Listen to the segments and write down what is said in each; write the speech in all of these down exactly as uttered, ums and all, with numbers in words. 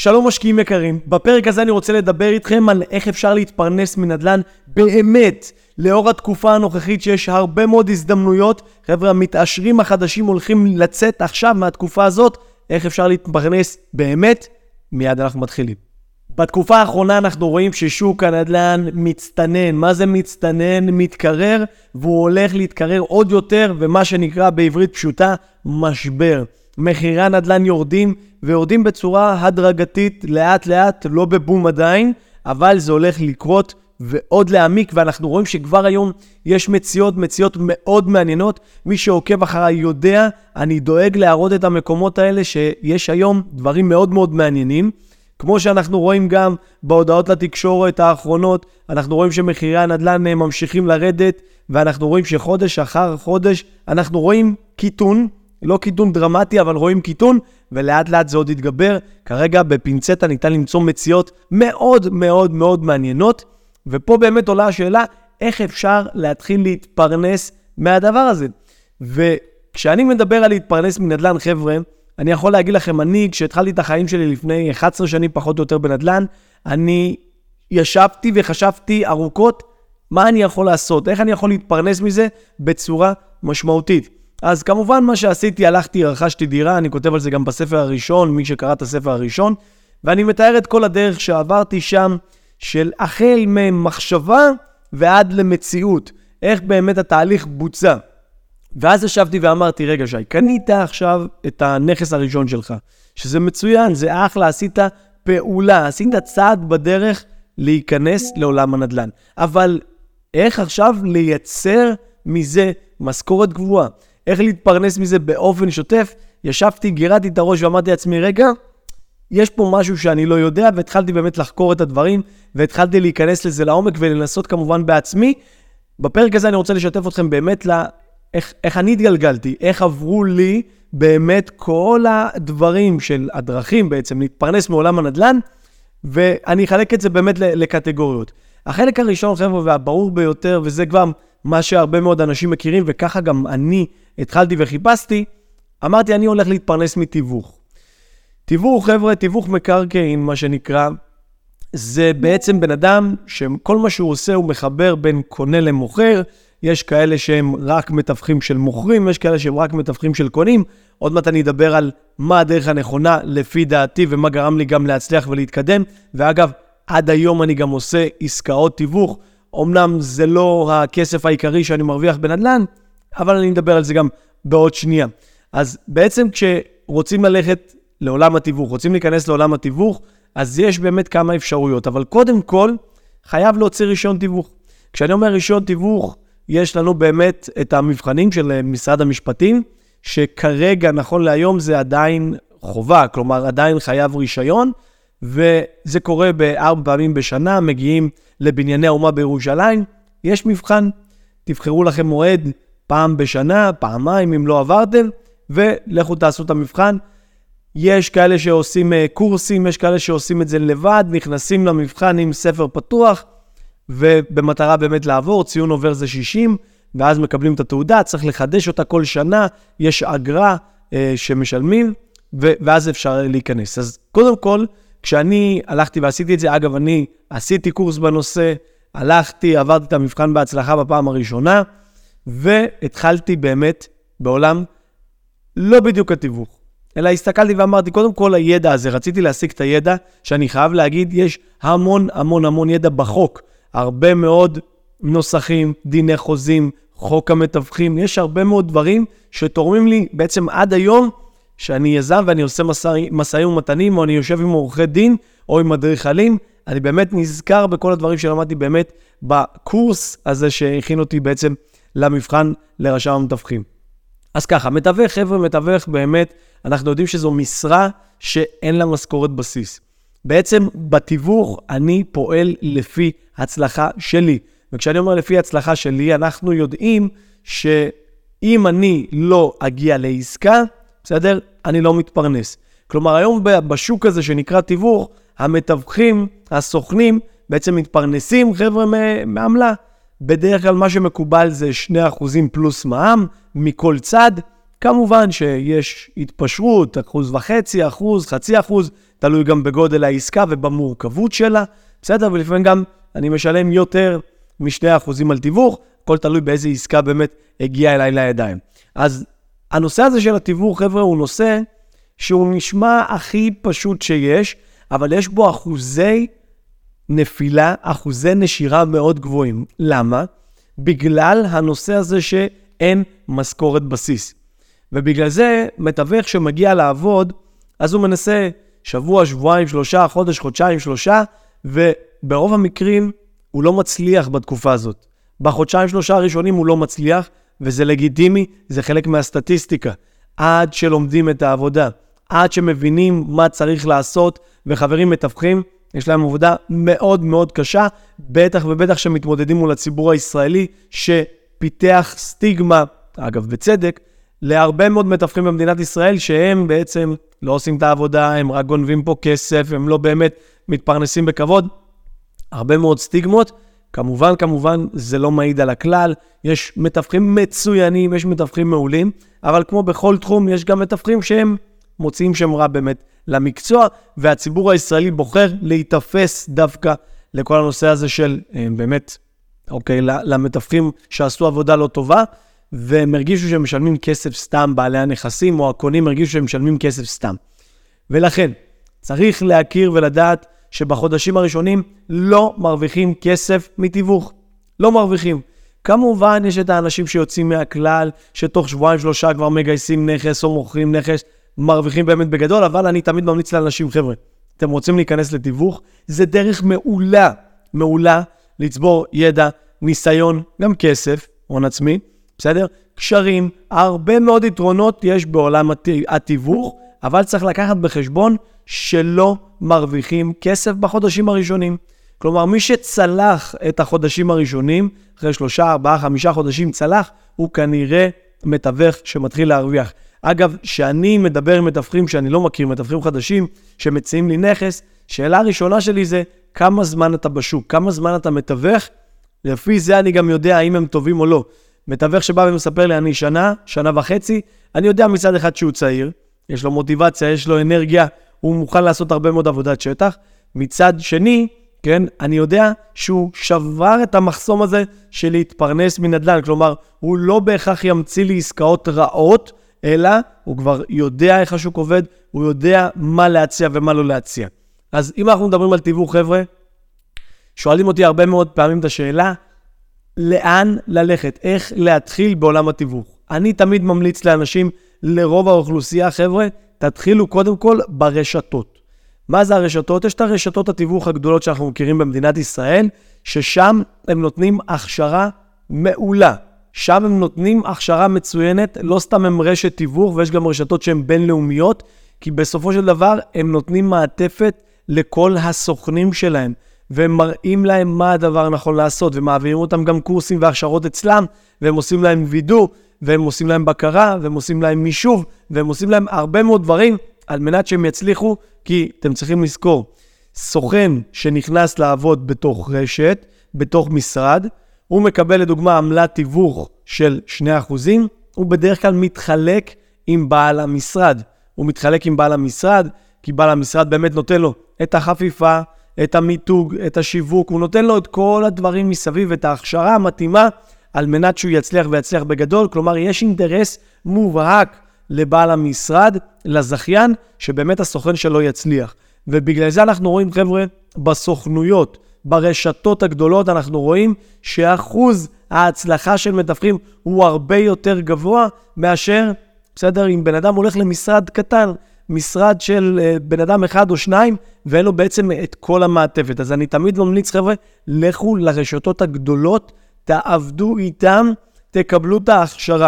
שלום משקיעים יקרים, בפרק הזה אני רוצה לדבר איתכם על איך אפשר להתפרנס מנדל"ן באמת, לאור התקופה הנוכחית שיש הרבה מאוד הזדמנויות. חבר'ה, המתעשרים החדשים הולכים לצאת עכשיו מהתקופה הזאת, איך אפשר להתפרנס באמת? מיד אנחנו מתחילים. בתקופה האחרונה אנחנו רואים ששוק הנדל"ן מצטנן. מה זה מצטנן? מתקרר, והוא הולך להתקרר עוד יותר, ומה שנקרא בעברית פשוטה, משבר. מחירי הנדל"ן יורדים, ויורדים בצורה הדרגתית, לאט לאט, לא בבום עדיין, אבל זה הולך לקרות ועוד להעמיק, ואנחנו רואים שכבר היום יש מציאות, מציאות מאוד מעניינות. מי שעוקב אחריי יודע, אני דואג להראות את המקומות האלה שיש היום דברים מאוד מאוד מעניינים. כמו שאנחנו רואים גם בהודעות לתקשורת האחרונות, אנחנו רואים שמחירי הנדל"ן ממשיכים לרדת, ואנחנו רואים שחודש אחר חודש אנחנו רואים קיטון, לא קיטון דרמטי, אבל רואים קיטון, ולאט לאט זה עוד יתגבר. כרגע בפינצטה ניתן למצוא מציאות מאוד מאוד מאוד מעניינות, ופה באמת עולה השאלה, איך אפשר להתחיל להתפרנס מהדבר הזה? וכשאני מדבר על להתפרנס מנדל"ן, חבר'ה, אני יכול להגיד לכם, אני, כשהתחלתי את החיים שלי לפני אחת עשרה שנים פחות או יותר בנדל"ן, אני ישבתי וחשבתי ארוכות, מה אני יכול לעשות? איך אני יכול להתפרנס מזה בצורה משמעותית? אז כמובן מה שעשיתי, הלכתי, רכשתי דירה, אני כותב על זה גם בספר הראשון, מי שקרא את הספר הראשון, ואני מתאר את כל הדרך שעברתי שם, של החל ממחשבה ועד למציאות, איך באמת התהליך בוצע. ואז ישבתי ואמרתי, רגע שי, קנית עכשיו את הנכס הראשון שלך, שזה מצוין, זה אחלה, עשית פעולה, עשית צעד בדרך להיכנס לעולם הנדל"ן. אבל איך עכשיו לייצר מזה משכורת גבוהה? איך להתפרנס מזה באופן שוטף? ישבתי, גירדתי את הראש ואמרתי לעצמי, רגע, יש פה משהו שאני לא יודע, והתחלתי באמת לחקור את הדברים, והתחלתי להיכנס לזה לעומק ולנסות כמובן בעצמי. בפרק הזה אני רוצה לשתף אתכם באמת לה, איך, איך אני התגלגלתי, איך עברו לי באמת כל הדברים של הדרכים בעצם להתפרנס מעולם הנדל"ן, ואני אחלק את זה באמת לקטגוריות. החלק הראשון, חבר'ה, והברור ביותר, וזה כבר מה שהרבה מאוד אנשים מכירים, וככה גם אני התחלתי וחיפשתי, אמרתי, אני הולך להתפרנס מתיווך. תיווך, חבר'ה, תיווך מקרקעין, מה שנקרא, זה בעצם בן אדם שכל מה שהוא עושה הוא מחבר בין קונה למוכר. יש כאלה שהם רק מתווכים של מוכרים, יש כאלה שהם רק מתווכים של קונים. עוד מעט אני אדבר על מה הדרך הנכונה לפי דעתי, ומה גרם לי גם להצליח ולהתקדם. ואגב, עד היום אני גם עושה עסקאות תיווך. אמנם זה לא הכסף העיקרי שאני מרוויח בנדל"ן, אבל אני אדבר על זה גם בעוד שנייה. אז בעצם כשרוצים ללכת לעולם התיווך, רוצים להיכנס לעולם התיווך, אז יש באמת כמה אפשרויות, אבל קודם כל חייב להוציא רישיון תיווך. כשאני אומר רישיון תיווך, יש לנו באמת את המבחנים של משרד המשפטים, שכרגע נכון להיום זה עדיין חובה, כלומר עדיין חייב רישיון, וזה קורה בארבע פעמים בשנה, מגיעים לבנייני האומה בירושלים, יש מבחן, תבחרו לכם מועד פעם בשנה, פעמיים אם לא עברתם, ולכו תעשו את המבחן. יש כאלה שעושים קורסים, יש כאלה שעושים את זה לבד, נכנסים למבחן עם ספר פתוח, ובמטרה באמת לעבור, ציון עובר זה שישים, ואז מקבלים את התעודה, צריך לחדש אותה כל שנה, יש אגרה אה, שמשלמים, ו- ואז אפשר להיכנס. אז קודם כל, כשאני הלכתי ועשיתי את זה, אגב, אני עשיתי קורס בנושא, הלכתי, עברתי את המבחן בהצלחה בפעם הראשונה, והתחלתי באמת בעולם לא בדיוק התיווך. אלא הסתכלתי ואמרתי, קודם כל הידע הזה, רציתי להשיג את הידע, שאני חייב להגיד, יש המון המון המון ידע בחוק, הרבה מאוד נוסחים, דיני חוזים, חוק המתווכים, יש הרבה מאוד דברים שתורמים לי בעצם עד היום, שאני יזם ואני עושה מסעים ומתנים, או אני יושב עם עורכי דין, או עם מדריכלים, אני באמת נזכר בכל הדברים שלמדתי באמת בקורס הזה שהכין אותי בעצם למבחן לרשם המתווכים. אז ככה, מתווך, חבר'ה, מתווך באמת, אנחנו יודעים שזו משרה שאין לה משכורת בסיס. בעצם בתיווך אני פועל לפי הצלחה שלי. וכשאני אומר לפי הצלחה שלי, אנחנו יודעים שאם אני לא אגיע לעסקה, בסדר, אני לא מתפרנס. כלומר, היום בשוק הזה שנקרא תיווך, המתווכים, הסוכנים, בעצם מתפרנסים, חבר'ה, מעמלה. בדרך כלל מה שמקובל זה שני אחוזים פלוס מע"מ, מכל צד. כמובן שיש התפשרות, אחוז וחצי, אחוז, חצי אחוז, תלוי גם בגודל העסקה ובמורכבות שלה, בסדר? ולפעמים גם אני משלם יותר משני אחוזים על תיווך, הכל תלוי באיזה עסקה באמת הגיעה אליי לידיים. אז הנושא הזה של התיווך, חבר'ה, הוא נושא שהוא נשמע הכי פשוט שיש, אבל יש בו אחוזי נפילה, אחוזי נשירה מאוד גבוהים. למה? בגלל הנושא הזה שאין משכורת בסיס. ובגלל זה מתווך שמגיע לעבוד, אז הוא מנסה שבוע, שבועיים, שלושה, חודש, חודשיים, שלושה, וברוב המקרים הוא לא מצליח בתקופה הזאת. בחודשיים, שלושה הראשונים הוא לא מצליח, וזה לגיטימי, זה חלק מהסטטיסטיקה. עד שלומדים את העבודה, עד שמבינים מה צריך לעשות, וחברים מתווכים, יש להם עבודה מאוד מאוד קשה, בטח ובטח שמתמודדים מול הציבור הישראלי, שפיתח סטיגמה, אגב בצדק, להרבה מאוד מתווכים במדינת ישראל, שהם בעצם לא עושים את העבודה, הם רק גונבים פה כסף, הם לא באמת מתפרנסים בכבוד. הרבה מאוד סטיגמות, כמובן, כמובן, זה לא מעיד על הכלל, יש מתווכים מצוינים, יש מתווכים מעולים, אבל כמו בכל תחום, יש גם מתווכים שהם מוציאים שם רע באמת למקצוע, והציבור הישראלי בוחר להתאפס דווקא לכל הנושא הזה של באמת, אוקיי, למתווכים שעשו עבודה לא טובה, והם הרגישו שהם משלמים כסף סתם, בעלי הנכסים או הקונים הרגישו שהם משלמים כסף סתם. ולכן, צריך להכיר ולדעת שבחודשים הראשונים לא מרוויחים כסף מתיווך. לא מרוויחים. כמובן, יש את האנשים שיוצאים מהכלל, שתוך שבועיים שלושה כבר מגייסים נכס או מוכרים נכס, מרוויחים באמת בגדול, אבל אני תמיד ממליץ לאנשים, חבר'ה, אתם רוצים להיכנס לתיווך, זה דרך מעולה, מעולה, לצבור ידע, ניסיון, גם כסף, הון עצמי, בסדר? קשרים, הרבה מאוד יתרונות יש בעולם התיווך, אבל צריך לקחת בחשבון שלא מרוויחים כסף בחודשים הראשונים. כלומר, מי שצלח את החודשים הראשונים, אחרי שלושה, ארבעה, חמישה חודשים צלח, הוא כנראה מתווך שמתחיל להרוויח. אגב, שאני מדבר עם מתווכים שאני לא מכיר, מתווכים חדשים שמציעים לי נכס, שאלה הראשונה שלי זה, כמה זמן אתה בשוק? כמה זמן אתה מתווך? לפי זה אני גם יודע האם הם טובים או לא. מתווך שבא ומספר לי, אני שנה, שנה וחצי, אני יודע מצד אחד שהוא צעיר, יש לו מוטיבציה, יש לו אנרגיה, הוא מוכן לעשות הרבה מאוד עבודת שטח. מצד שני, כן, אני יודע שהוא שבר את המחסום הזה של להתפרנס מנדל"ן, כלומר, הוא לא בהכרח ימציא לי עסקאות רעות, אלא הוא כבר יודע איך השוק עובד, הוא יודע מה להציע ומה לא להציע. אז אם אנחנו מדברים על תיווך, חבר'ה, שואלים אותי הרבה מאוד פעמים את השאלה, לאן ללכת, איך להתחיל בעולם התיווך. אני תמיד ממליץ לאנשים, לרוב האוכלוסייה, חבר'ה, תתחילו קודם כל ברשתות. מה זה הרשתות? יש את הרשתות התיווך הגדולות שאנחנו מכירים במדינת ישראל, ששם הם נותנים הכשרה מעולה. שם הם נותנים הכשרה מצוינת, לא סתם הם רשת תיווך, ויש גם רשתות שהן בינלאומיות, כי בסופו של דבר הם נותנים מעטפת לכל הסוכנים שלהם, והם מראים להם מה הדבר נכון לעשות, ומעבירים אותם גם קורסים והכשרות אצלם, והם עושים להם וידוא, והם עושים להם בקרה, והם עושים להם מישוב, והם עושים להם הרבה מאוד דברים, על מנת שהם יצליחו, כי אתם צריכים לזכור, סוכן שנכנס לעבוד בתוך רשת, בתוך משרד, הוא מקבל לדוגמה עמלת תיווך של שני אחוזים, הוא בדרך כלל מתחלק עם בעל המשרד. הוא מתחלק עם בעל המשרד, כי בעל המשרד באמת נותן לו את החפיפה, את המיתוג, את השיווק, הוא נותן לו את כל הדברים מסביב, את ההכשרה המתאימה, על מנת שהוא יצליח ויצליח בגדול. כלומר, יש אינטרס מובהק לבעל המשרד, לזכיין, שבאמת הסוכן שלו יצליח. ובגלל זה אנחנו רואים, חבר'ה, בסוכנויות, ברשתות הגדולות, אנחנו רואים שאחוז ההצלחה של מתווכים הוא הרבה יותר גבוה מאשר, בסדר, אם בן אדם הולך למשרד קטן, משרד של uh, בן אדם אחד או שניים, ואין לו בעצם את כל המעטפת. אז אני תמיד ממליץ, חבר'ה, לכו לרשתות הגדולות, תעבדו איתם, תקבלו את ההכשרה.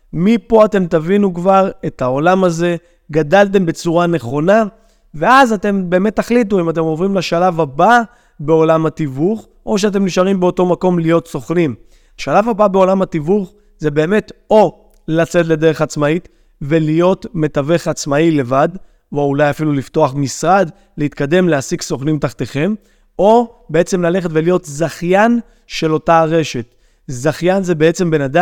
מפה אתם תבינו כבר את העולם הזה, גדלתם בצורה נכונה, ואז אתם באמת תחליטו אם אתם עוברים לשלב הבא בעולם התיווך, או שאתם נשארים באותו מקום להיות סוכנים. השלב הבא בעולם התיווך זה באמת או לצאת לדרך עצמאית, ולהיות מתווך עצמאי לבד, או אולי אפילו לפתוח משרד, להתקדם, להשיג סוכנים תחתיכם, או בעצם ללכת ולהיות זכיין של אותה הרשת. זכיין זה בעצם בן אדם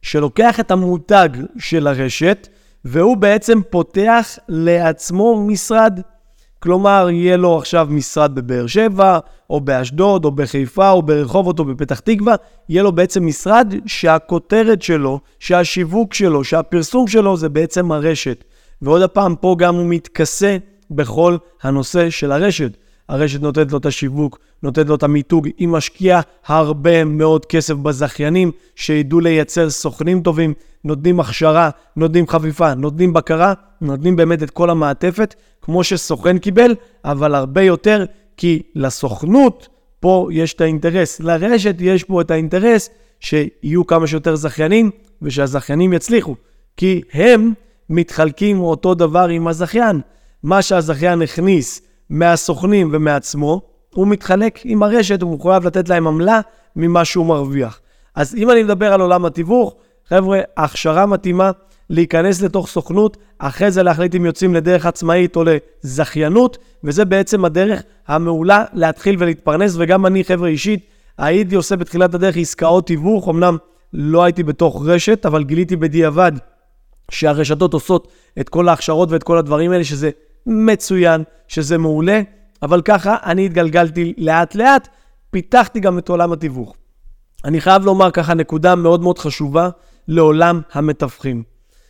שלוקח את המותג של הרשת, והוא בעצם פותח לעצמו משרד. כלומר, יהיה לו עכשיו משרד בבאר שבע, או באשדוד, או בחיפה, או ברחובות, או בפתח תקווה. יהיה לו בעצם משרד שהכותרת שלו, שהשיווק שלו, שהפרסום שלו זה בעצם הרשת. ועוד הפעם, פה גם הוא מתכסה בכל הנושא של הרשת. הרשת נותנת לו את השיווק, נותנת לו את המיתוג, היא משקיעה הרבה מאוד כסף בזכיינים שידעו לייצר סוכנים טובים, נותנים הכשרה, נותנים חפיפה, נותנים בקרה, נותנים באמת את כל המעטפת, כמו שסוכן קיבל, אבל הרבה יותר, כי לסוכנות פה יש את האינטרס, לרשת יש פה את האינטרס שיהיו כמה שיותר זכיינים, ושהזכיינים יצליחו, כי הם מתחלקים אותו דבר עם הזכיין. מה שהזכיין הכניס מהסוכנים ומעצמו, הוא מתחלק עם הרשת, הוא מחויב לתת להם עמלה ממה שהוא מרוויח. אז אם אני מדבר על עולם התיווך, חבר'ה, הכשרה מתאימה להיכנס לתוך סוכנות, אחרי זה להחליט אם יוצאים לדרך עצמאית או לזכיינות, וזה בעצם הדרך המעולה להתחיל ולהתפרנס, וגם אני, חבר'ה, אישית, הייתי עושה בתחילת הדרך עסקאות תיווך, אמנם לא הייתי בתוך רשת, אבל גיליתי בדיעבד שהרשתות עושות את כל ההכשרות ואת כל הדברים האלה, שזה מצוין, שזה מעולה, אבל ככה אני התגלגלתי לאט לאט, פיתחתי גם את עולם התיווך. אני חייב לומר ככה נקודה מאוד מאוד חשובה לעולם המתווכים.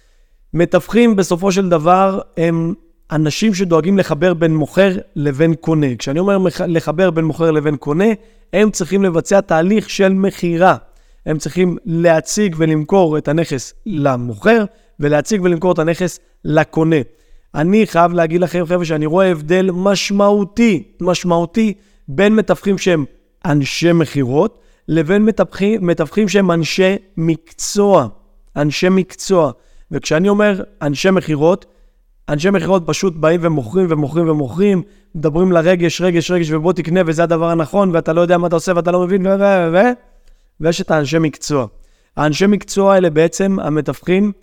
מתווכים בסופו של דבר הם אנשים שדואגים לחבר בין מוכר לבין קונה. כשאני אומר לחבר בין מוכר לבין קונה, הם צריכים לבצע תהליך של מחירה. הם צריכים להציג ולמכור את הנכס למוכר, ולהציג ולמכור את הנכס לקונה. אני חייב להגיד לכם, חבר'ה, שאני רואה הבדל משמעותי, משמעותי, בין מתווכים שהם אנשי מחירות, לבין מתווכים, מתווכים שהם אנשי מקצוע. אנשי מקצוע. וכשאני אומר אנשי מחירות, אנשי מחירות פשוט באים ומוכרים ומוכרים ומוכרים, מדברים לרגש, רגש, רגש, ובוא תקנה, וזה הדבר הנכון, ואתה לא יודע מה אתה עושה, ואתה לא מבין, ו... ו... ו... ויש את האנשי מקצוע. האנשי מקצוע האלה בעצם המתווכים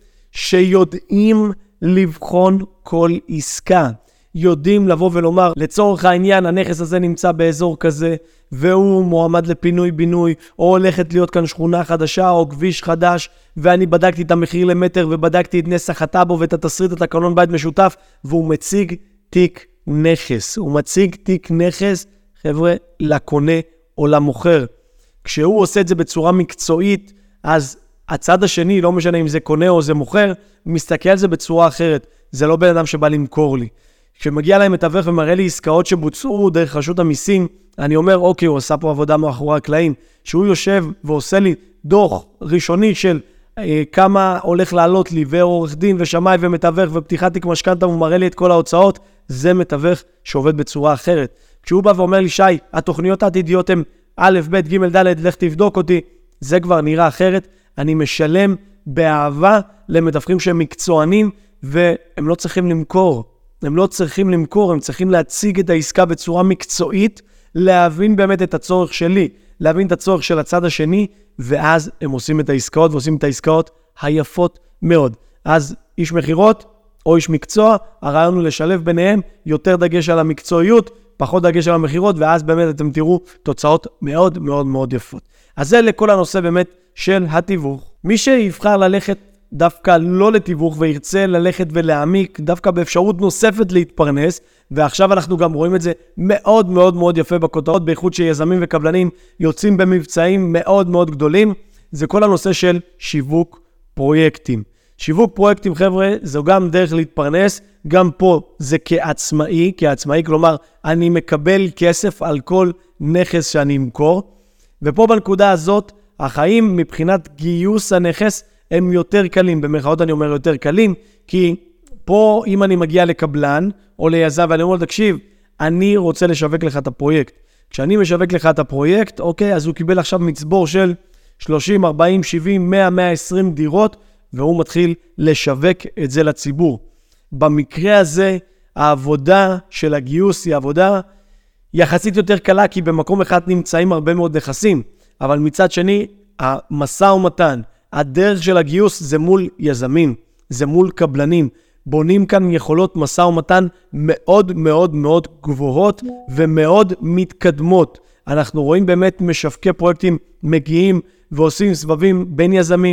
שיודעים לבחון כל עסקה. יודעים לבוא ולומר, לצורך העניין, הנכס הזה נמצא באזור כזה, והוא מועמד לפינוי בינוי, או הולכת להיות כאן שכונה חדשה, או כביש חדש, ואני בדקתי את המחיר למטר, ובדקתי את נסח הטאבו, ואת התסריט, את הקנון בית משותף, והוא מציג תיק נכס. הוא מציג תיק נכס, חבר'ה, לקונה או למוכר. כשהוא עושה את זה בצורה מקצועית, אז הצד השני, לא משנה אם זה קונה או זה מוכר, מסתכל על זה בצורה אחרת. זה לא בן אדם שבא למכור לי. כשמגיע להם מתווך ומראה לי עסקאות שבוצעו דרך רשות המיסים, אני אומר, אוקיי, הוא עשה פה עבודה מאחורי הקלעים. שהוא יושב ועושה לי דוח ראשוני של אה, כמה הולך לעלות לי, ועורך דין ושמאי ומתווך ופתיחת תיק משכנתא, הוא מראה לי את כל ההוצאות, זה מתווך שעובד בצורה אחרת. כשהוא בא ואומר לי, שי, התוכניות העתידיות הן א', ב', ג', ד', לך תבדוק אותי, זה כבר נראה אחרת. אני משלם באהבה למתווכים שהם מקצוענים, והם לא צריכים למכור. הם לא צריכים למכור, הם צריכים להציג את העסקה בצורה מקצועית, להבין באמת את הצורך שלי, להבין את הצורך של הצד השני, ואז הם עושים את העסקאות, ועושים את העסקאות היפות מאוד. אז איש מחירות או איש מקצוע, הרעיון הוא לשלב ביניהם, יותר דגש על המקצועיות, פחות דגש על המחירות, ואז באמת אתם תראו תוצאות מאוד מאוד מאוד יפות. אז זה לכל הנושא באמת של התיווך. מי שיבחר ללכת דווקא לא לתיווך וירצה ללכת ולהעמיק דווקא באפשרות נוספת להתפרנס, ועכשיו אנחנו גם רואים את זה מאוד מאוד מאוד יפה בכותרות, בייחוד שיזמים וקבלנים יוצאים במבצעים מאוד מאוד גדולים, זה כל הנושא של שיווק פרויקטים. שיווק פרויקטים, חבר'ה, זו גם דרך להתפרנס, גם פה זה כעצמאי, כעצמאי, כלומר, אני מקבל כסף על כל נכס שאני אמכור, ופה בנקודה הזאת, החיים מבחינת גיוס הנכס הם יותר קלים, במרכאות אני אומר יותר קלים, כי פה אם אני מגיע לקבלן או ליזם ואני אומר, תקשיב, אני רוצה לשווק לך את הפרויקט. כשאני משווק לך את הפרויקט, אוקיי, אז הוא קיבל עכשיו מצבור של שלושים, ארבעים, שבעים, מאה, מאה ועשרים דירות, והוא מתחיל לשווק את זה לציבור. במקרה הזה, העבודה של הגיוס היא עבודה יחסית יותר קלה, כי במקום אחד נמצאים הרבה מאוד נכסים, אבל מצד שני, המשא ומתן, הדרך של הגיוס זה מול יזמים, זה מול קבלנים, בונים כאן יכולות משא ומתן מאוד מאוד מאוד גבוהות ומאוד מתקדמות. אנחנו רואים באמת משווקי פרויקטים מגיעים ועושים סבבים בין יזמים,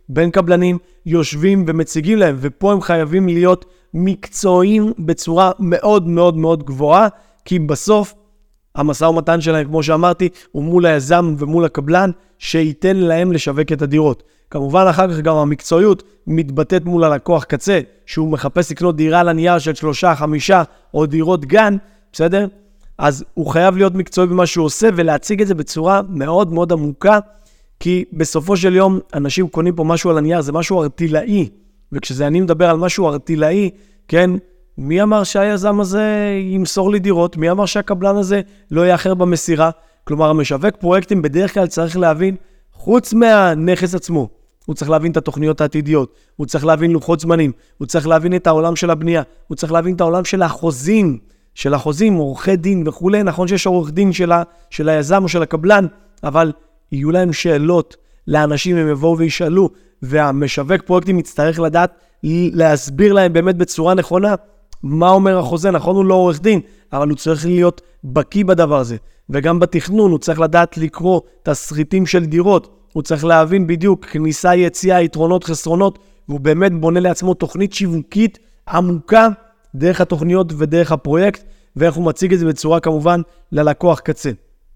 בין קבלנים, יושבים ומציגים להם, ופה הם חייבים להיות מקצועיים בצורה מאוד מאוד מאוד גבוהה, כי בסוף המשא ומתן שלהם, כמו שאמרתי, הוא מול היזם ומול הקבלן, שייתן להם לשווק את הדירות. כמובן אחר כך גם המקצועיות מתבטאת מול הלקוח קצה, שהוא מחפש לקנות דירה לנייר של שלושה, חמישה או דירות גן, בסדר? אז הוא חייב להיות מקצועי במה שהוא עושה ולהציג את זה בצורה מאוד מאוד עמוקה, כי בסופו של יום אנשים קונים פה משהו על הנייר, זה משהו ארטילאי, וכשזה אני מדבר על משהו ארטילאי, כן, מי אמר שהיזם הזה ימסור לי דירות? מי אמר שהקבלן הזה לא יאחר במסירה? כלומר, המשווק פרויקטים בדרך כלל צריך להבין, חוץ מהנכס עצמו, הוא צריך להבין את התוכניות העתידיות, הוא צריך להבין לוחות זמנים, הוא צריך להבין את העולם של הבנייה, הוא צריך להבין את העולם של החוזים, של החוזים, עורכי דין וכו'. נכון שיש עורך דין של, ה, של היזם או של הקבלן, אבל יהיו להם שאלות לאנשים, הם יבואו וישאלו, והמשווק פרויקטים יצטרך לדעת להסביר להם באמת בצורה נכונה, מה אומר החוזה. נכון, הוא לא עורך דין, אבל הוא צריך להיות בקיא בדבר הזה. וגם בתכנון הוא צריך לדעת לקרוא תסריטים של דירות, הוא צריך להבין בדיוק כניסה, יציאה, יתרונות, חסרונות, והוא באמת בונה לעצמו תוכנית שיווקית עמוקה דרך התוכניות ודרך הפרויקט, ואיך הוא מציג את זה בצורה כמובן ללקוח קצה.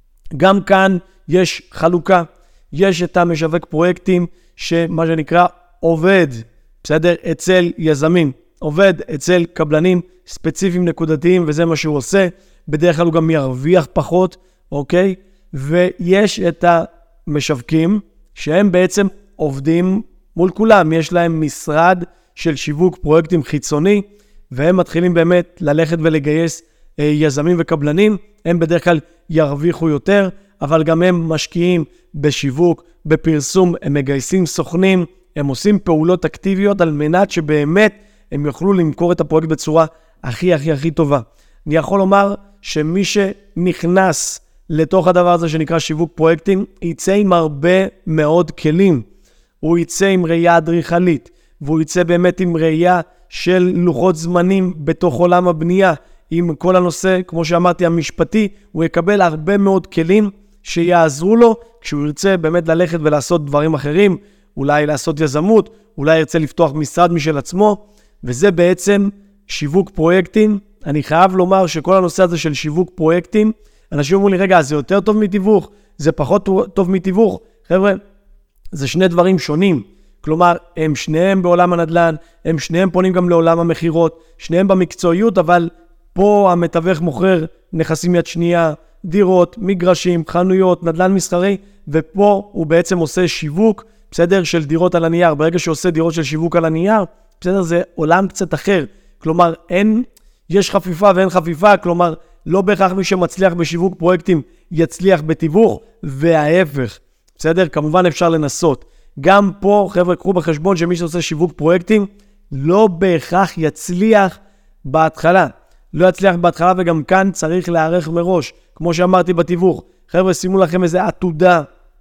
גם כאן יש חלוקה, יש את המשווק פרויקטים שמה שנקרא עובד, בסדר? אצל יזמים, עובד אצל קבלנים ספציפיים נקודתיים, וזה מה שהוא עושה. בדרך כלל הוא גם ירוויח פחות, אוקיי? ויש את המשווקים שהם בעצם עובדים מול כולם, יש להם משרד של שיווק פרויקטים חיצוני, והם מתחילים באמת ללכת ולגייס אה, יזמים וקבלנים. הם בדרך כלל ירוויחו יותר, אבל גם הם משקיעים בשיווק, בפרסום, הם מגייסים סוכנים, הם עושים פעולות אקטיביות על מנת שבאמת הם יוכלו למכור את הפרויקט בצורה הכי הכי הכי טובה. אני יכול לומר שמי שנכנס לתוך הדבר הזה שנקרא שיווק פרויקטים, יצא עם הרבה מאוד כלים. הוא יצא עם ראייה אדריכלית, והוא יצא באמת עם ראייה של לוחות זמנים בתוך עולם הבנייה, עם כל הנושא, כמו שאמרתי, המשפטי. הוא יקבל הרבה מאוד כלים שיעזרו לו כשהוא ירצה באמת ללכת ולעשות דברים אחרים, אולי לעשות יזמות, אולי ירצה לפתוח משרד משל עצמו, וזה בעצם שיווק פרויקטים. אני חייב לומר שכל הנושא הזה של שיווק פרויקטים, אנשים אומרים לי, רגע, זה יותר טוב מתיווך, זה פחות טוב מתיווך. חבר'ה, זה שני דברים שונים. כלומר, הם שניהם בעולם הנדל"ן, הם שניהם פונים גם לעולם המחירות, שניהם במקצועיות, אבל פה המתווך מוכר נכסים יד שנייה, דירות, מגרשים, חנויות, נדל"ן מסחרי, ופה הוא בעצם עושה שיווק, בסדר, של דירות על הנייר. ברגע שעושה דירות של שיווק על הנייר, בסדר, זה עולם קצת אחר. כלומר, אין, יש חפיפה ואין חפיפה, כלומר, לא בהכרח מי שמצליח בשיווק פרויקטים יצליח בתיווך, וההפך. בסדר, כמובן אפשר לנסות. גם פה, חבר'ה, קחו בחשבון שמי שעושה שיווק פרויקטים, לא בהכרח יצליח בהתחלה. לא יצליח בהתחלה, וגם כאן צריך להיערך מראש. כמו שאמרתי בתיווך, חבר'ה, שימו לכם איזה עתודה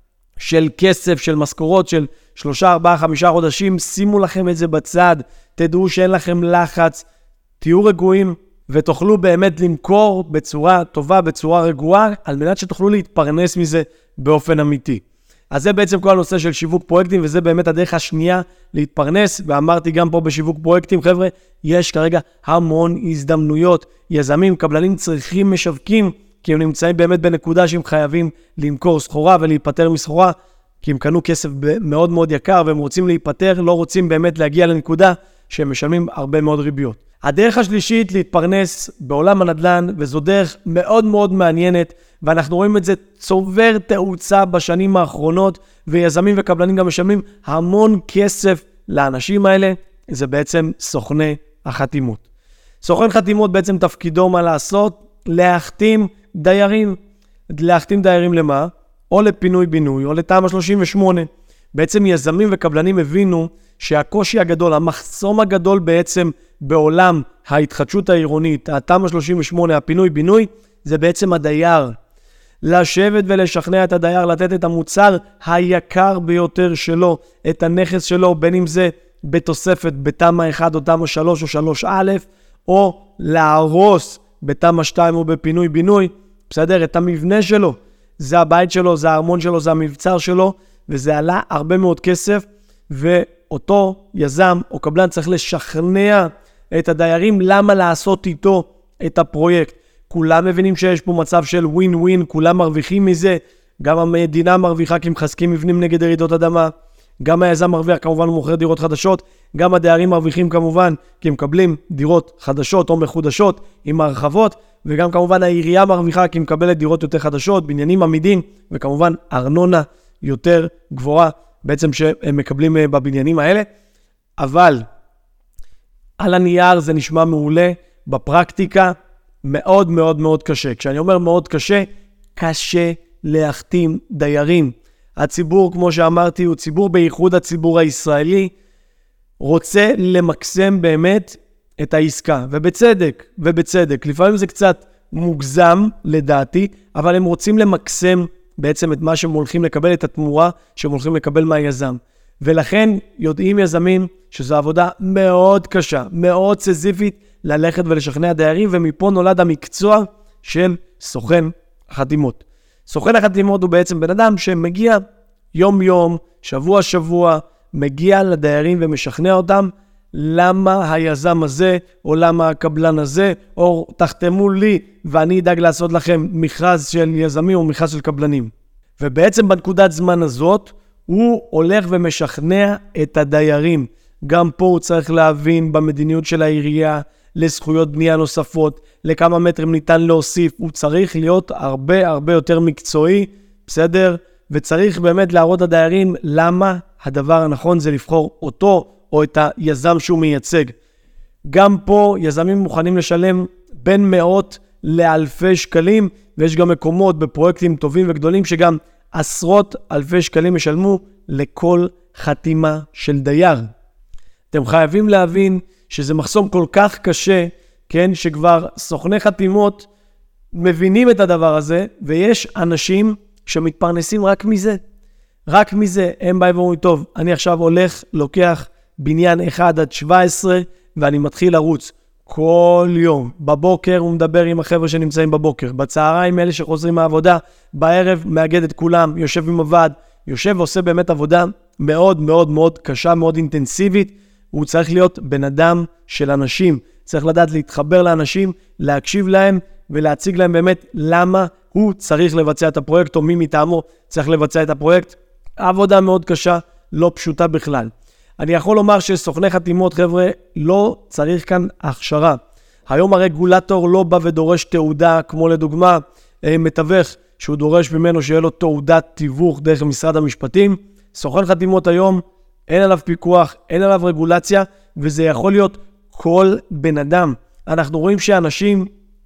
של כסף, של משכורות, של שלושה, ארבעה, חמישה חודשים, שימו לכם את זה בצד, תדעו שאין לכם לחץ, תהיו רגועים, ותוכלו באמת למכור בצורה טובה, בצורה רגועה, על מנת שתוכלו להתפרנס מזה באופן אמיתי. אז זה בעצם כל הנושא של שיווק פרויקטים, וזה באמת הדרך השנייה להתפרנס, ואמרתי גם פה בשיווק פרויקטים, חבר'ה, יש כרגע המון הזדמנויות. יזמים, קבלנים צריכים משווקים, כי הם נמצאים באמת בנקודה שהם חייבים למכור סחורה ולהיפטר מסחורה, כי הם קנו כסף מאוד מאוד יקר, והם רוצים להיפטר, לא רוצים באמת להגיע לנקודה שהם משלמים הרבה מאוד ריביות. הדרך השלישית להתפרנס בעולם הנדל"ן, וזו דרך מאוד מאוד מעניינת, ואנחנו רואים את זה צובר תאוצה בשנים האחרונות, ויזמים וקבלנים גם משלמים המון כסף לאנשים האלה, זה בעצם סוכני החתימות. סוכן חתימות בעצם תפקידו מה לעשות? להחתים דיירים. להחתים דיירים למה? או לפינוי בינוי, או לתמ"א שלושים ושמונה. בעצם יזמים וקבלנים הבינו שהקושי הגדול, המחסום הגדול בעצם בעולם ההתחדשות העירונית, התמ"א שלושים ושמונה, הפינוי בינוי, זה בעצם הדייר. לשבת ולשכנע את הדייר לתת את המוצר היקר ביותר שלו, את הנכס שלו, בין אם זה בתוספת בתמ"א אחת או תמ"א שלוש או שלוש א', או להרוס בתמ"א שתיים או בפינוי בינוי, בסדר, את המבנה שלו. זה הבית שלו, זה הארמון שלו, זה המבצר שלו, וזה עלה הרבה מאוד כסף, ואותו יזם או קבלן צריך לשכנע את הדיירים למה לעשות איתו את הפרויקט. כולם מבינים שיש פה מצב של ווין ווין, כולם מרוויחים מזה, גם המדינה מרוויחה כי מחזקים מבנים נגד רעידות אדמה, גם היזם מרוויח, כמובן הוא מוכר דירות חדשות, גם הדיירים מרוויחים כמובן כי הם מקבלים דירות חדשות או מחודשות עם הרחבות, וגם כמובן העירייה מרוויחה כי היא מקבלת דירות יותר חדשות, בניינים עמידים, וכמובן ארנונה יותר גבוהה בעצם שהם מקבלים בבניינים האלה. אבל על הנייר זה נשמע מעולה, בפרקטיקה מאוד מאוד מאוד קשה. כשאני אומר מאוד קשה, קשה להחתים דיירים. הציבור, כמו שאמרתי, הוא ציבור, בייחוד הציבור הישראלי, רוצה למקסם באמת את העסקה. ובצדק, ובצדק. לפעמים זה קצת מוגזם לדעתי, אבל הם רוצים למקסם בעצם את מה שהם הולכים לקבל, את התמורה שהם הולכים לקבל מהיזם. ולכן יודעים יזמים שזו עבודה מאוד קשה, מאוד סזיפית, ללכת ולשכנע דיירים, ומפה נולד המקצוע של סוכן החתימות. סוכן החתימות הוא בעצם בן אדם שמגיע יום יום, שבוע שבוע, מגיע לדיירים ומשכנע אותם למה היזם הזה, או למה הקבלן הזה, או תחתמו לי ואני אדאג לעשות לכם מכרז של יזמים או מכרז של קבלנים. ובעצם בנקודת זמן הזאת, הוא הולך ומשכנע את הדיירים. גם פה הוא צריך להבין במדיניות של העירייה, לזכויות בנייה נוספות, לכמה מטרים ניתן להוסיף. הוא צריך להיות הרבה הרבה יותר מקצועי, בסדר? וצריך באמת להראות לדיירים למה הדבר הנכון זה לבחור אותו או את היזם שהוא מייצג. גם פה יזמים מוכנים לשלם בין מאות לאלפי שקלים, ויש גם מקומות בפרויקטים טובים וגדולים שגם עשרות אלפי שקלים ישלמו לכל חתימה של דייר. אתם חייבים להבין שזה מחסום כל כך קשה, כן, שכבר סוכני חתימות מבינים את הדבר הזה, ויש אנשים שמתפרנסים רק מזה. רק מזה. הם באים ואומרים, טוב, אני עכשיו הולך, לוקח בניין אחד עד שבע עשרה, ואני מתחיל לרוץ. כל יום, בבוקר הוא מדבר עם החבר'ה שנמצאים בבוקר, בצהריים אלה שחוזרים מהעבודה, בערב מאגד את כולם, יושב עם הוועד, יושב ועושה באמת עבודה מאוד מאוד מאוד קשה, מאוד אינטנסיבית. הוא צריך להיות בן אדם של אנשים, צריך לדעת להתחבר לאנשים, להקשיב להם ולהציג להם באמת למה הוא צריך לבצע את הפרויקט, או מי מטעמו צריך לבצע את הפרויקט. העבודה מאוד קשה, לא פשוטה בכלל. אני יכול לומר שסוכני חתימות, חבר'ה, לא צריך כאן הכשרה. היום הרגולטור לא בא ודורש תעודה, כמו לדוגמה מתווך, שהוא דורש ממנו שיהיה לו תעודת תיווך דרך משרד המשפטים. סוכן חתימות היום, אין עליו פיקוח, אין עליו רגולציה, וזה יכול להיות כל בן אדם. אנחנו רואים שאנשים,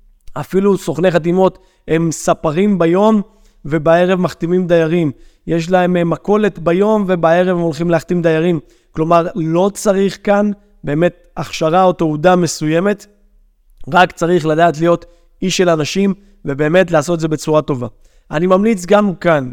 אפילו סוכני חתימות, הם ספרים ביום ובערב מחתימים דיירים. יש להם מכולת ביום ובערב הם הולכים להחתים דיירים. כלומר, לא צריך כאן באמת הכשרה או תעודה מסוימת, רק צריך לדעת להיות איש של אנשים ובאמת לעשות את זה בצורה טובה. אני ממליץ גם כאן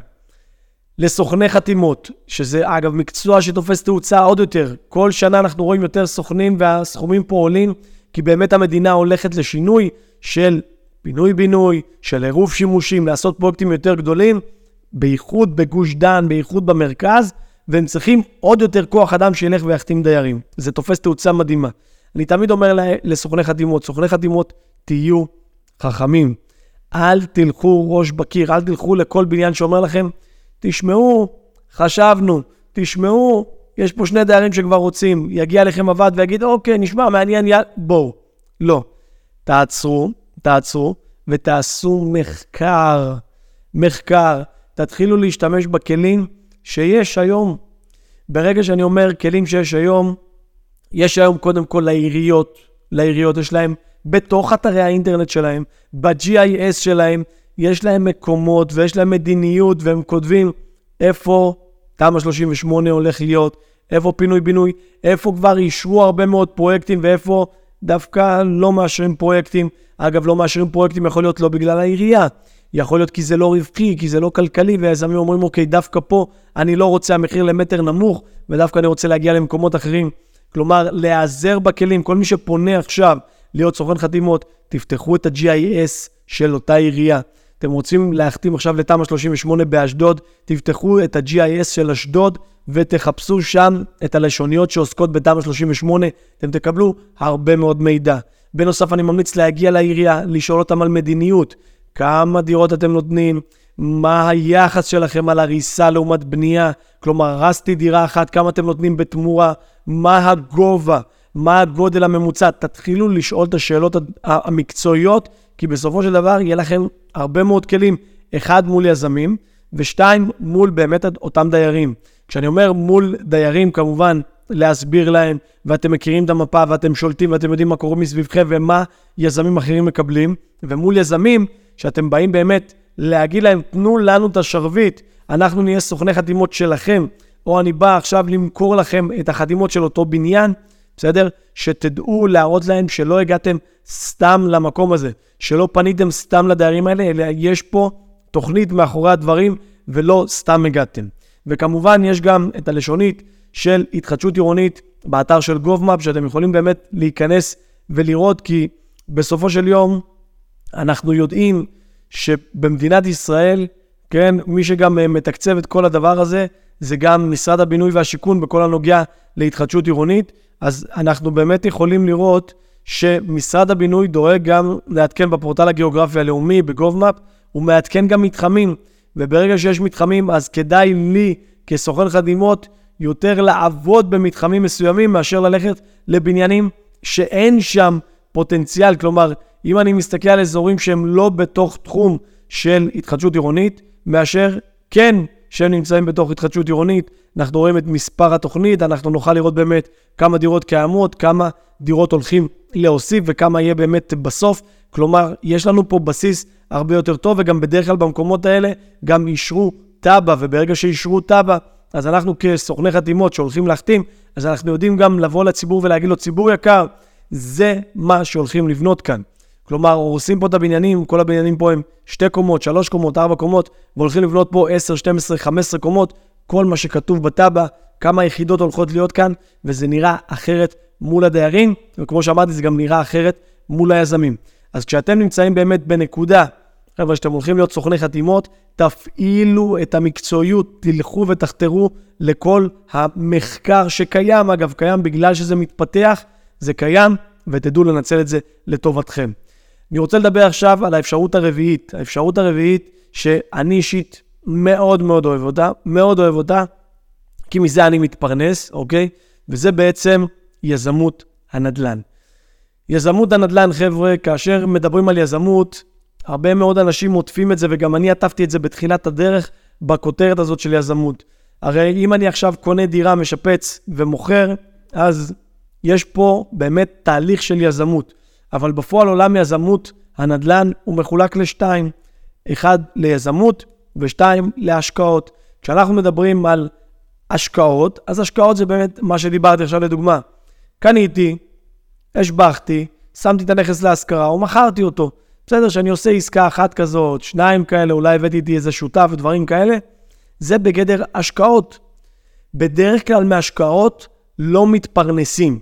לסוכני חתימות, שזה אגב מקצוע שתופס תאוצה עוד יותר. כל שנה אנחנו רואים יותר סוכנים והסכומים פה עולים, כי באמת המדינה הולכת לשינוי של פינוי-בינוי, של עירוב שימושים, לעשות פרויקטים יותר גדולים, בייחוד בגוש דן, בייחוד במרכז, והם צריכים עוד יותר כוח אדם שילך ויחתים דיירים. זה תופס תאוצה מדהימה. אני תמיד אומר לסוכני חתימות, סוכני חתימות, תהיו חכמים. אל תלכו ראש בקיר, אל תלכו לכל בניין שאומר לכם, תשמעו, חשבנו, תשמעו, יש פה שני דיירים שכבר רוצים, יגיע לכם הוועד ויגיד, אוקיי, נשמע, מעניין, יאללה, בואו. לא. תעצרו, תעצרו, ותעשו מחקר. מחקר. תתחילו להשתמש בכלים שיש היום. ברגע שאני אומר כלים שיש היום, יש היום קודם כל לעיריות, לעיריות יש להם, בתוך אתרי האינטרנט שלהם, ב-ג'י איי אס שלהם, יש להם מקומות ויש להם מדיניות, והם כותבים איפה תמ"א שלושים ושמונה הולך להיות, איפה פינוי בינוי, איפה כבר אישרו הרבה מאוד פרויקטים, ואיפה דווקא לא מאשרים פרויקטים. אגב, לא מאשרים פרויקטים יכול להיות לא בגלל העירייה, יכול להיות כי זה לא רווחי, כי זה לא כלכלי, והיזמים אומרים, אוקיי, דווקא פה אני לא רוצה המחיר למטר נמוך, ודווקא אני רוצה להגיע למקומות אחרים. כלומר, להיעזר בכלים. כל מי שפונה עכשיו להיות סוכן חתימות, תפתחו את ה-ג'י איי אס של אותה עירייה. אתם רוצים להחתים עכשיו לתמ"א שלושים ושמונה באשדוד, תפתחו את ה-ג'י איי אס של אשדוד, ותחפשו שם את הלשוניות שעוסקות בתמ"א שלושים ושמונה, אתם תקבלו הרבה מאוד מידע. בנוסף, אני ממליץ להגיע לעירייה, לשאול אותם על מדיניות, כמה דירות אתם נותנים, מה היחס שלכם על הריסה לעומת בנייה, כלומר, רסתי דירה אחת, כמה אתם נותנים בתמורה, מה הגובה, מה הגודל הממוצע, תתחילו לשאול את השאלות המקצועיות, כי בסופו של דבר יהיה לכם הרבה מאוד כלים, אחד מול יזמים, ושתיים מול באמת אותם דיירים. כשאני אומר מול דיירים, כמובן, להסביר להם, ואתם מכירים את המפה, ואתם שולטים, ואתם יודעים מה קורה מסביבכם, ומה יזמים אחרים מקבלים, ומול יזמים, שאתם באים באמת להגיד להם, תנו לנו את השרביט, אנחנו נהיה סוכני חתימות שלכם, או אני בא עכשיו למכור לכם את החתימות של אותו בניין, בסדר? שתדעו להראות להם שלא הגעתם סתם למקום הזה, שלא פניתם סתם לדיירים האלה, אלא יש פה תוכנית מאחורי הדברים, ולא סתם הגעתם. וכמובן יש גם את הלשונית של התחדשות עירונית באתר של גובמאפ, שאתם יכולים באמת להיכנס ולראות, כי בסופו של יום אנחנו יודעים שבמדינת ישראל, כן, מי שגם מתקצב את כל הדבר הזה, זה גם משרד הבינוי והשיכון בכל הנוגע להתחדשות עירונית, אז אנחנו באמת יכולים לראות שמשרד הבינוי דואג גם לעדכן בפורטל הגיאוגרפי הלאומי בגובמאפ, הוא מעדכן גם מתחמים, וברגע שיש מתחמים, אז כדאי לי כסוכן חתימות יותר לעבוד במתחמים מסוימים, מאשר ללכת לבניינים שאין שם פוטנציאל. כלומר, אם אני מסתכל על אזורים שהם לא בתוך תחום של התחדשות עירונית, מאשר כן שהם נמצאים בתוך התחדשות עירונית, אנחנו רואים את מספר התוכנית, אנחנו נוכל לראות באמת כמה דירות קיימות, כמה דירות הולכים להוסיף, וכמה יהיה באמת בסוף. כלומר, יש לנו פה בסיס הרבה יותר טוב, וגם בדרך כלל במקומות האלה גם אישרו טאבה, וברגע שאישרו טאבה, אז אנחנו כסוכני חתימות שהולכים להחתים, אז אנחנו יודעים גם לבוא לציבור ולהגיד לו, ציבור יקר, זה מה שהולכים לבנות כאן. כלומר, הורסים פה את הבניינים, כל הבניינים פה הם שתי קומות, שלוש קומות, ארבע קומות, והולכים לבנות פה עשר, שתים עשרה, חמש עשרה קומות, כל מה שכתוב בטאבה, כמה יחידות הולכות להיות כאן, וזה נראה אחרת מול הדיירים, וכמו שאמרתי, זה גם נראה אחרת מול היזמים. אז כשאתם נמצאים באמת בנקודה, חבר'ה, שאתם הולכים להיות סוכני חתימות, תפעילו את המקצועיות, תלכו ותחתרו לכל המחקר שקיים, אגב, קיים בגלל שזה מתפתח, זה קיים, ותדעו לנצל את זה לטובתכם. אני רוצה לדבר עכשיו על האפשרות הרביעית, האפשרות הרביעית שאני אישית מאוד מאוד אוהב אותה, מאוד אוהב אותה, כי מזה אני מתפרנס, אוקיי? וזה בעצם יזמות הנדל"ן. יזמות הנדל"ן, חבר'ה, כאשר מדברים על יזמות, הרבה מאוד אנשים מוטפים את זה, וגם אני עטפתי את זה בתחילת הדרך, בכותרת הזאת של יזמות. הרי אם אני עכשיו קונה דירה, משפץ ומוכר, אז יש פה באמת תהליך של יזמות. אבל בפועל עולם יזמות הנדל"ן הוא מחולק לשתיים. אחד ליזמות ושתיים להשקעות. כשאנחנו מדברים על השקעות, אז השקעות זה באמת מה שדיברתי עכשיו לדוגמה. קניתי, השבחתי, שמתי את הנכס להשכרה או מכרתי אותו. בסדר שאני עושה עסקה אחת כזאת, שניים כאלה, אולי הבאתי איתי איזה שותף ודברים כאלה. זה בגדר השקעות. בדרך כלל מהשקעות לא מתפרנסים.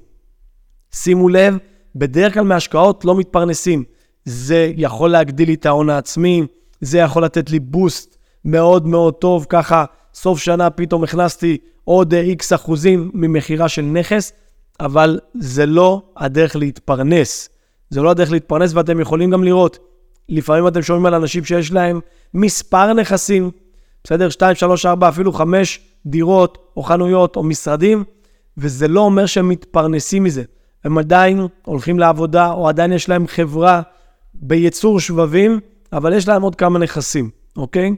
שימו לב, בדרך כלל מהשקעות לא מתפרנסים. זה יכול להגדיל לי את ההון העצמי, זה יכול לתת לי בוסט מאוד מאוד טוב, ככה סוף שנה פתאום הכנסתי עוד איקס אחוזים ממחירה של נכס, אבל זה לא הדרך להתפרנס. זה לא הדרך להתפרנס, ואתם יכולים גם לראות, לפעמים אתם שומעים על אנשים שיש להם מספר נכסים, בסדר, שתיים, שלוש, ארבע, אפילו חמש דירות או חנויות או משרדים, וזה לא אומר שהם מתפרנסים מזה. הם עדיין הולכים לעבודה, או עדיין יש להם חברה בייצור שבבים, אבל יש להם עוד כמה נכסים, אוקיי?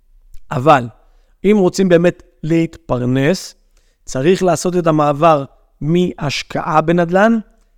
אבל אם רוצים באמת להתפרנס, צריך לעשות את המעבר מהשקעה בנדל"ן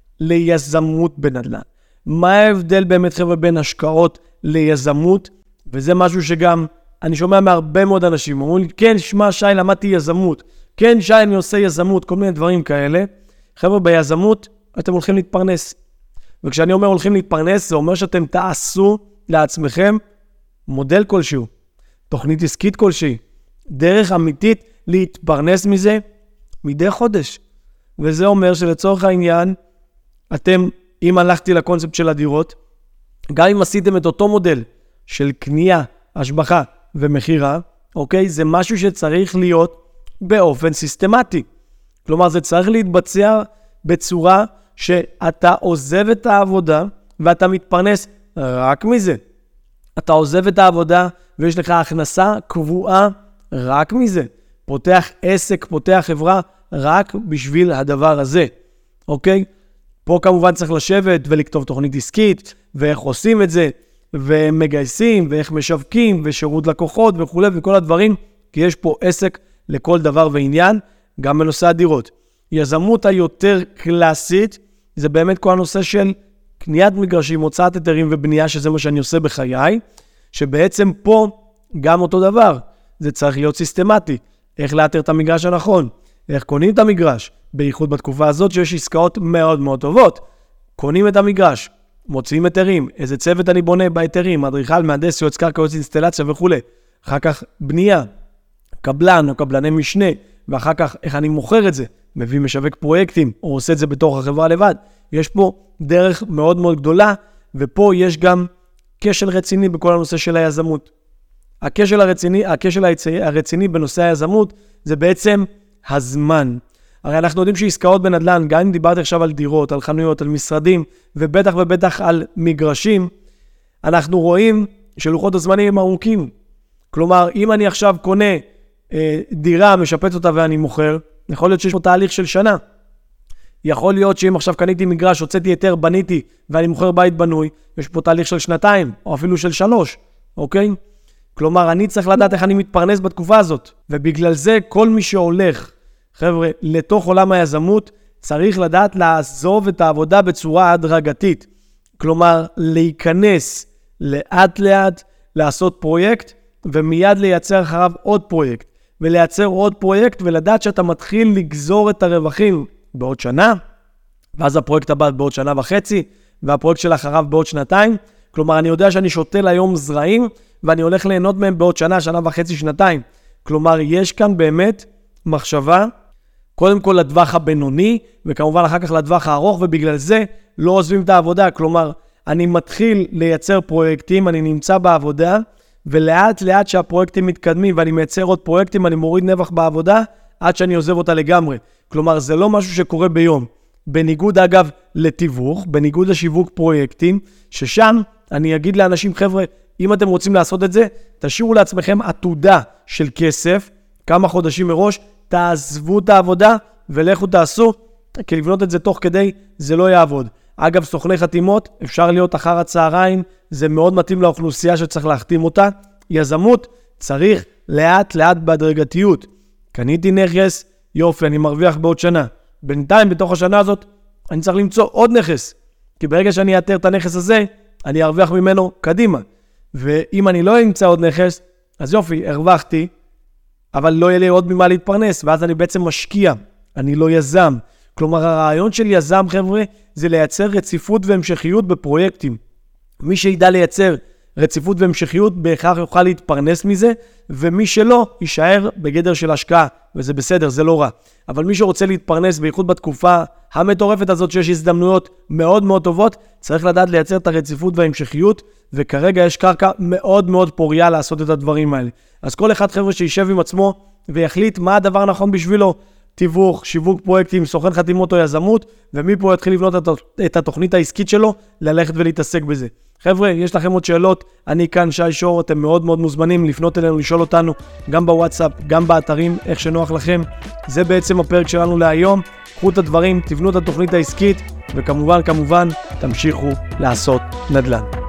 ליזמות בנדל"ן. מה ההבדל באמת, חבר'ה, בין השקעות ליזמות? וזה משהו שגם אני שומע מהרבה מאוד אנשים, אומרים לי, כן, שמע שי, למדתי יזמות. כן, שי, אני עושה יזמות, כל מיני דברים כאלה. חבר'ה, ביזמות אתם הולכים להתפרנס. וכשאני אומר הולכים להתפרנס, זה אומר שאתם תעשו לעצמכם מודל כלשהו, תוכנית עסקית כלשהי, דרך אמיתית להתפרנס מזה מדי חודש. וזה אומר שלצורך העניין, אתם, אם הלכתי לקונספט של הדירות, גם אם עשיתם את אותו מודל, של קנייה, השבחה ומחירה, אוקיי? זה משהו שצריך להיות באופן סיסטמטי. כלומר, זה צריך להתבצע בצורה שאתה עוזב את העבודה ואתה מתפרנס רק מזה. אתה עוזב את העבודה ויש לך הכנסה קבועה רק מזה. פותח עסק, פותח חברה רק בשביל הדבר הזה. אוקיי? פה כמובן צריך לשבת ולכתוב תוכנית עסקית, ואיך עושים את זה, ומגייסים, ואיך משווקים, ושירות לקוחות וכו' וכל הדברים, כי יש פה עסק לכל דבר ועניין, גם בנושא הדירות. יזמות היותר קלאסית, זה באמת כל הנושא של קניית מגרשים, הוצאת היתרים ובנייה, שזה מה שאני עושה בחיי, שבעצם פה גם אותו דבר, זה צריך להיות סיסטמטי. איך לאתר את המגרש הנכון, איך קונים את המגרש, בייחוד בתקופה הזאת שיש עסקאות מאוד מאוד טובות. קונים את המגרש, מוציאים היתרים, איזה צוות אני בונה בהיתרים, אדריכל, מהנדס, יועץ קרקע, יועץ אינסטלציה וכו'. אחר כך בנייה, קבלן או קבלני משנה, ואחר כך איך אני מוכר את זה, מביא משווק פרויקטים, או עושה את זה בתוך החברה לבד. יש פה דרך מאוד מאוד גדולה, ופה יש גם כשל רציני בכל הנושא של היזמות. הכשל הרציני, הכשל הרציני בנושא היזמות זה בעצם הזמן. הרי אנחנו יודעים שעסקאות בנדל"ן, גם אם דיברתי עכשיו על דירות, על חנויות, על משרדים, ובטח ובטח על מגרשים, אנחנו רואים שלוחות הזמנים הם ארוכים. כלומר, אם אני עכשיו קונה אה, דירה, משפץ אותה ואני מוכר, יכול להיות שיש פה תהליך של שנה. יכול להיות שאם עכשיו קניתי מגרש, הוצאתי היתר, בניתי, ואני מוכר בית בנוי, יש פה תהליך של שנתיים, או אפילו של שלוש, אוקיי? כלומר, אני צריך לדעת איך אני מתפרנס בתקופה הזאת, ובגלל זה כל מי שהולך, חבר'ה, לתוך עולם היזמות, צריך לדעת לעזוב את העבודה בצורה הדרגתית. כלומר, להיכנס לאט לאט, לעשות פרויקט, ומיד לייצר אחריו עוד פרויקט, ולייצר עוד פרויקט, ולדעת שאתה מתחיל לגזור את הרווחים בעוד שנה, ואז הפרויקט הבא בעוד שנה וחצי, והפרויקט של אחריו בעוד שנתיים. כלומר, אני יודע שאני שותל היום זרעים, ואני הולך ליהנות מהם בעוד שנה, שנה וחצי, שנתיים. כלומר, יש כאן באמת מחשבה, קודם כל לטווח הבינוני, וכמובן אחר כך לטווח הארוך, ובגלל זה לא עוזבים את העבודה. כלומר, אני מתחיל לייצר פרויקטים, אני נמצא בעבודה, ולאט לאט שהפרויקטים מתקדמים, ואני מייצר עוד פרויקטים, אני מוריד נבח בעבודה, עד שאני עוזב אותה לגמרי. כלומר, זה לא משהו שקורה ביום. בניגוד, אגב, לתיווך, בניגוד לשיווק פרויקטים, ששם אני אגיד לאנשים, חבר'ה, אם אתם רוצים לעשות את זה, תשאירו לעצמכם עתודה של כסף, כמה חודשים מראש, תעזבו את העבודה ולכו תעשו, כי לבנות את זה תוך כדי, זה לא יעבוד. אגב, סוכני חתימות, אפשר להיות אחר הצהריים, זה מאוד מתאים לאוכלוסייה שצריך להחתים אותה. יזמות צריך לאט לאט בהדרגתיות. קניתי נכס, יופי, אני מרוויח בעוד שנה. בינתיים, בתוך השנה הזאת, אני צריך למצוא עוד נכס. כי ברגע שאני אאתר את הנכס הזה, אני ארוויח ממנו קדימה. ואם אני לא אמצא עוד נכס, אז יופי, הרווחתי, אבל לא יהיה לי עוד ממה להתפרנס, ואז אני בעצם משקיע, אני לא יזם. כלומר, הרעיון של יזם, חבר'ה, זה לייצר רציפות והמשכיות בפרויקטים. מי שידע לייצר רציפות והמשכיות, בהכרח יוכל להתפרנס מזה, ומי שלא, יישאר בגדר של השקעה, וזה בסדר, זה לא רע. אבל מי שרוצה להתפרנס, בייחוד בתקופה המטורפת הזאת, שיש הזדמנויות מאוד מאוד טובות, צריך לדעת לייצר את הרציפות וההמשכיות, וכרגע יש קרקע מאוד מאוד פוריה לעשות את הדברים האלה. אז כל אחד, חבר'ה, שישב עם עצמו ויחליט מה הדבר נכון בשבילו, תיווך, שיווק פרויקטים, סוכן חתימות או יזמות, ומפה יתחיל לבנות את התוכנית העסקית שלו, ללכת ולהתעסק בזה. חבר'ה, יש לכם עוד שאלות, אני כאן שי שור, אתם מאוד מאוד מוזמנים לפנות אלינו, לשאול אותנו, גם בוואטסאפ, גם באתרים, איך שנוח לכם. זה בעצם הפרק שלנו להיום. קחו את הדברים, תבנו את התוכנית העסקית, וכמובן, כמובן, תמשיכו לעשות נדל"ן.